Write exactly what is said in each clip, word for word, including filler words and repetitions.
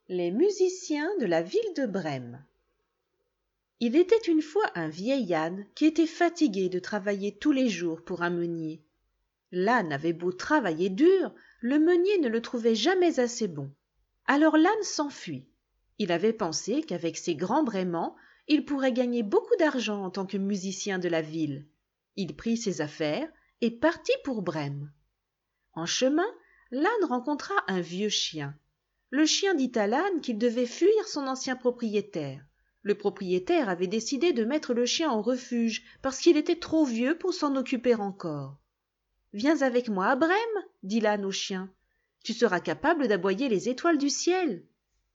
Les musiciens de la ville de Brême. Il était une fois un vieil âne qui était fatigué de travailler tous les jours pour un meunier. L'âne avait beau travailler dur, le meunier ne le trouvait jamais assez bon. Alors l'âne s'enfuit. Il avait pensé qu'avec ses grands braiements, il pourrait gagner beaucoup d'argent en tant que musicien de la ville. Il prit ses affaires et partit pour Brême. En chemin, l'âne rencontra un vieux chien. Le chien dit à l'âne qu'il devait fuir son ancien propriétaire. Le propriétaire avait décidé de mettre le chien en refuge parce qu'il était trop vieux pour s'en occuper encore. « Viens avec moi à Brême, dit l'âne au chien. Tu seras capable d'aboyer les étoiles du ciel.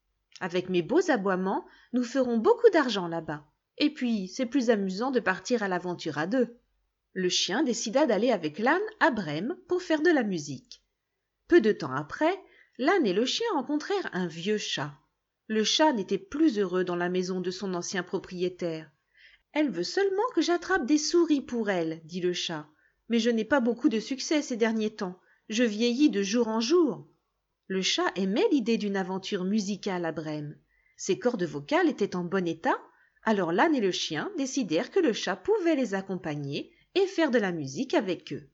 Avec mes beaux aboiements, nous ferons beaucoup d'argent là-bas. Et puis, c'est plus amusant de partir à l'aventure à deux. » Le chien décida d'aller avec l'âne à Brême pour faire de la musique. Peu de temps après, l'âne et le chien rencontrèrent un vieux chat. Le chat n'était plus heureux dans la maison de son ancien propriétaire. « Elle veut seulement que j'attrape des souris pour elle, dit le chat. Mais je n'ai pas beaucoup de succès ces derniers temps. Je vieillis de jour en jour. » Le chat aimait l'idée d'une aventure musicale à Brême. Ses cordes vocales étaient en bon état, alors l'âne et le chien décidèrent que le chat pouvait les accompagner et faire de la musique avec eux.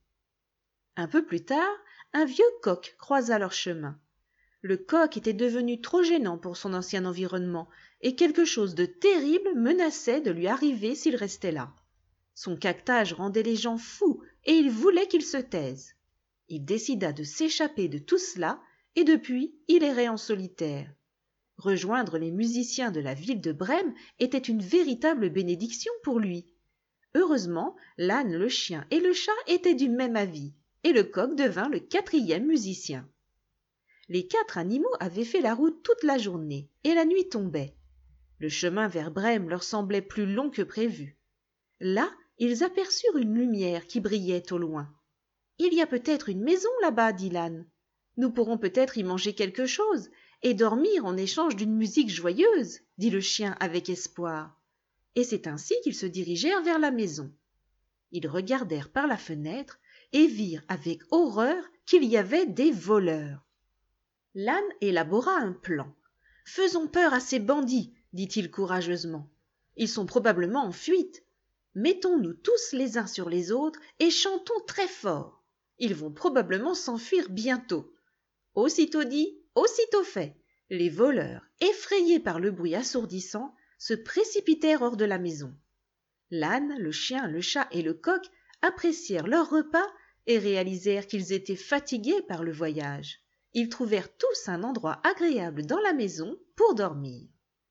Un peu plus tard, un vieux coq croisa leur chemin. Le coq était devenu trop gênant pour son ancien environnement et quelque chose de terrible menaçait de lui arriver s'il restait là. Son caquetage rendait les gens fous et il voulait qu'il se taise. Il décida de s'échapper de tout cela et depuis, il errait en solitaire. Rejoindre les musiciens de la ville de Brême était une véritable bénédiction pour lui. Heureusement, l'âne, le chien et le chat étaient du même avis et le coq devint le quatrième musicien. Les quatre animaux avaient fait la route toute la journée et la nuit tombait. Le chemin vers Brême leur semblait plus long que prévu. Là, ils aperçurent une lumière qui brillait au loin. « Il y a peut-être une maison là-bas, dit l'âne. Nous pourrons peut-être y manger quelque chose et dormir en échange d'une musique joyeuse, dit le chien avec espoir. Et c'est ainsi qu'ils se dirigèrent vers la maison. Ils regardèrent par la fenêtre et virent avec horreur qu'il y avait des voleurs. L'âne élabora un plan. « Faisons peur à ces bandits, dit-il courageusement. Ils sont probablement en fuite. Mettons-nous tous les uns sur les autres et chantons très fort. Ils vont probablement s'enfuir bientôt. » Aussitôt dit, aussitôt fait. Les voleurs, effrayés par le bruit assourdissant, se précipitèrent hors de la maison. L'âne, le chien, le chat et le coq apprécièrent leur repas et réalisèrent qu'ils étaient fatigués par le voyage. Ils trouvèrent tous un endroit agréable dans la maison pour dormir.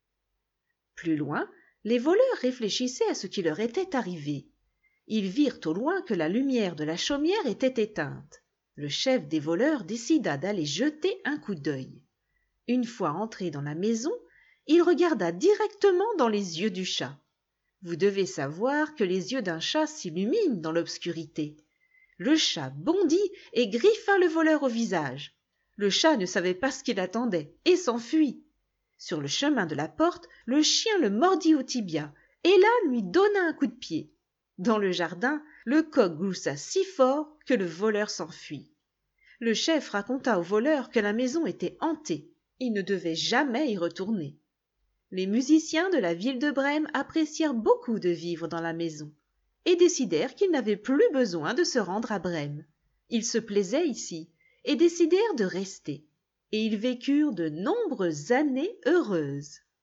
Plus loin, les voleurs réfléchissaient à ce qui leur était arrivé. Ils virent au loin que la lumière de la chaumière était éteinte. Le chef des voleurs décida d'aller jeter un coup d'œil. Une fois entré dans la maison, il regarda directement dans les yeux du chat. Vous devez savoir que les yeux d'un chat s'illuminent dans l'obscurité. Le chat bondit et griffa le voleur au visage. Le chat ne savait pas ce qu'il attendait et s'enfuit. Sur le chemin de la porte, le chien le mordit au tibia et l'âne lui donna un coup de pied. Dans le jardin, le coq gloussa si fort que le voleur s'enfuit. Le chef raconta au voleur que la maison était hantée. Il ne devait jamais y retourner. Les musiciens de la ville de Brême apprécièrent beaucoup de vivre dans la maison et décidèrent qu'ils n'avaient plus besoin de se rendre à Brême. Ils se plaisaient ici et décidèrent de rester. Et ils vécurent de nombreuses années heureuses.